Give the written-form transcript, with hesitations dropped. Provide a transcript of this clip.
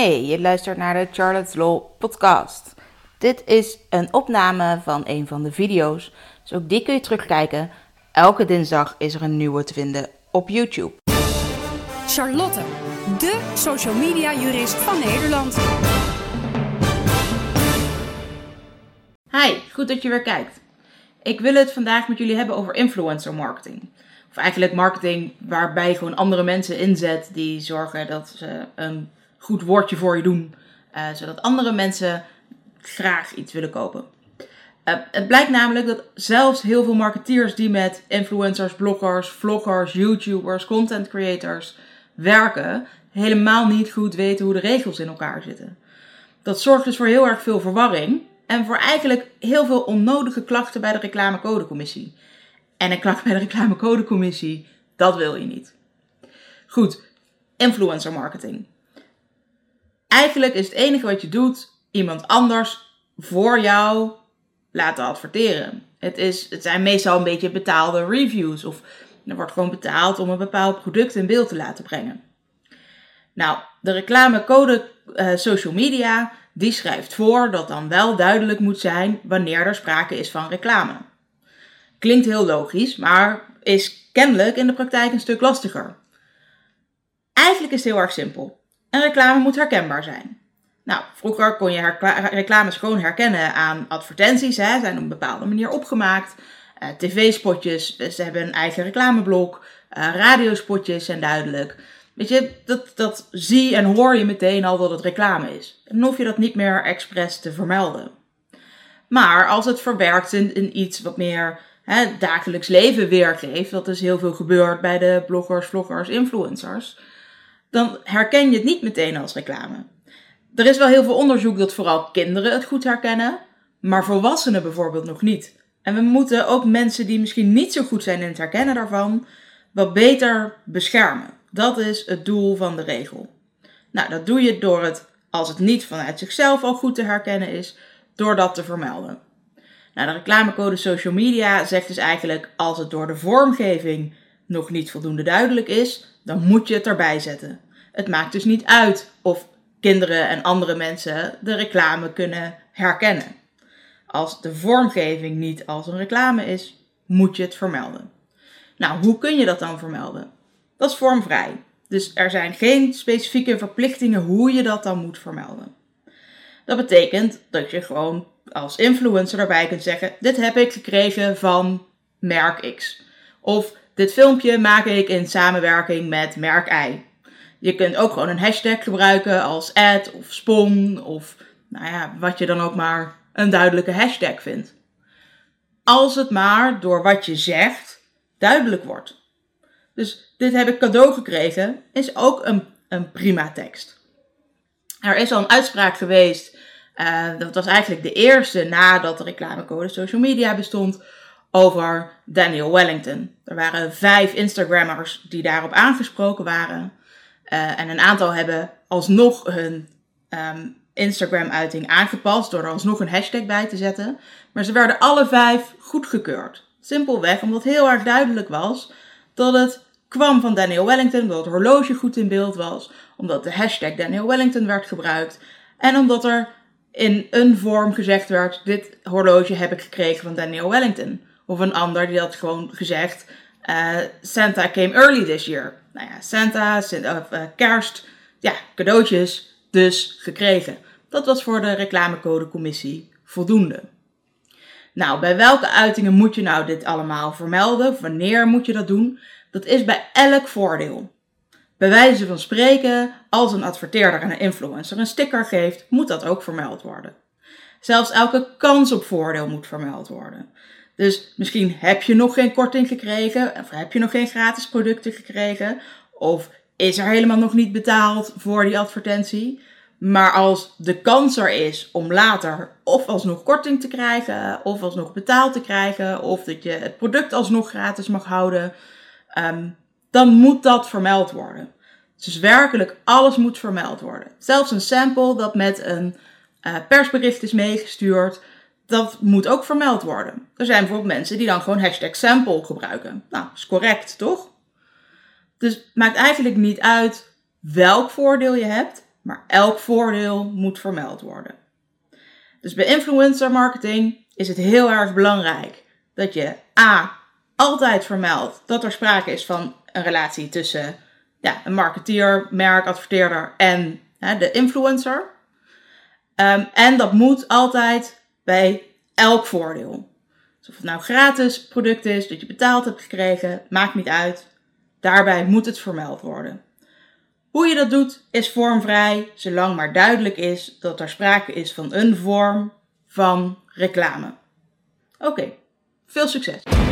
Hey, je luistert naar de Charlotte's Law podcast. Dit is een opname van een van de video's, dus ook die kun je terugkijken. Elke dinsdag is er een nieuwe te vinden op YouTube. Charlotte, de social media jurist van Nederland. Hi, goed dat je weer kijkt. Ik wil het vandaag met jullie hebben over influencer marketing. Of eigenlijk marketing waarbij je gewoon andere mensen inzet die zorgen dat ze een goed woordje voor je doen. Zodat andere mensen graag iets willen kopen. Het blijkt namelijk dat zelfs heel veel marketeers die met influencers, bloggers, vloggers, YouTubers, content creators werken, helemaal niet goed weten hoe de regels in elkaar zitten. Dat zorgt dus voor heel erg veel verwarring en voor eigenlijk heel veel onnodige klachten bij de reclamecodecommissie. En een klacht bij de reclamecodecommissie, dat wil je niet. Goed, influencer marketing. Eigenlijk is het enige wat je doet, iemand anders voor jou laten adverteren. Het zijn meestal een beetje betaalde reviews of er wordt gewoon betaald om een bepaald product in beeld te laten brengen. Nou, de reclamecode social media, die schrijft voor dat dan wel duidelijk moet zijn wanneer er sprake is van reclame. Klinkt heel logisch, maar is kennelijk in de praktijk een stuk lastiger. Eigenlijk is het heel erg simpel. Een reclame moet herkenbaar zijn. Nou, vroeger kon je reclames gewoon herkennen aan advertenties. Ze zijn op een bepaalde manier opgemaakt. TV-spotjes, ze hebben een eigen reclameblok. Radiospotjes zijn duidelijk. Weet je, dat zie en hoor je meteen al dat het reclame is. Dan hoef je dat niet meer expres te vermelden. Maar als het verwerkt in iets wat meer dagelijks leven weergeeft, dat is heel veel gebeurd bij de bloggers, vloggers, influencers, dan herken je het niet meteen als reclame. Er is wel heel veel onderzoek dat vooral kinderen het goed herkennen, maar volwassenen bijvoorbeeld nog niet. En we moeten ook mensen die misschien niet zo goed zijn in het herkennen daarvan, wat beter beschermen. Dat is het doel van de regel. Nou, dat doe je door het, als het niet vanuit zichzelf al goed te herkennen is, door dat te vermelden. Nou, de reclamecode social media zegt dus eigenlijk, als het door de vormgeving nog niet voldoende duidelijk is, dan moet je het erbij zetten. Het maakt dus niet uit of kinderen en andere mensen de reclame kunnen herkennen. Als de vormgeving niet als een reclame is, moet je het vermelden. Nou, hoe kun je dat dan vermelden? Dat is vormvrij. Dus er zijn geen specifieke verplichtingen hoe je dat dan moet vermelden. Dat betekent dat je gewoon als influencer erbij kunt zeggen, dit heb ik gekregen van merk X. Of dit filmpje maak ik in samenwerking met merk Y. Je kunt ook gewoon een hashtag gebruiken als ad of spon of wat je dan ook maar een duidelijke hashtag vindt. Als het maar door wat je zegt duidelijk wordt. Dus dit heb ik cadeau gekregen is ook een prima tekst. Er is al een uitspraak geweest, dat was eigenlijk de eerste nadat de reclamecode social media bestond, over Daniel Wellington. Er waren 5 Instagrammers die daarop aangesproken waren. En een aantal hebben alsnog hun Instagram-uiting aangepast door er alsnog een hashtag bij te zetten. Maar ze werden alle 5 goedgekeurd. Simpelweg omdat heel erg duidelijk was dat het kwam van Daniel Wellington, omdat het horloge goed in beeld was, omdat de hashtag Daniel Wellington werd gebruikt en omdat er in een vorm gezegd werd, dit horloge heb ik gekregen van Daniel Wellington. Of een ander die had gewoon gezegd, Santa came early this year. Nou ja, Santa, kerst, cadeautjes, dus gekregen. Dat was voor de reclamecodecommissie voldoende. Nou, bij welke uitingen moet je nou dit allemaal vermelden? Wanneer moet je dat doen? Dat is bij elk voordeel. Bij wijze van spreken, als een adverteerder aan een influencer een sticker geeft, moet dat ook vermeld worden. Zelfs elke kans op voordeel moet vermeld worden. Dus misschien heb je nog geen korting gekregen, of heb je nog geen gratis producten gekregen, of is er helemaal nog niet betaald voor die advertentie. Maar als de kans er is om later of alsnog korting te krijgen, of alsnog betaald te krijgen, of dat je het product alsnog gratis mag houden, dan moet dat vermeld worden. Dus werkelijk alles moet vermeld worden. Zelfs een sample dat met een persbericht is meegestuurd, dat moet ook vermeld worden. Er zijn bijvoorbeeld mensen die dan gewoon hashtag sample gebruiken. Nou, is correct, toch? Dus het maakt eigenlijk niet uit welk voordeel je hebt. maar elk voordeel moet vermeld worden. Dus bij influencer marketing is het heel erg belangrijk dat je altijd vermeldt dat er sprake is van een relatie tussen een marketeer, merk, adverteerder en de influencer. En dat moet altijd bij elk voordeel. Dus of het nou gratis product is, dat je betaald hebt gekregen, maakt niet uit. Daarbij moet het vermeld worden. Hoe je dat doet is vormvrij, zolang maar duidelijk is dat er sprake is van een vorm van reclame. Oké, veel succes!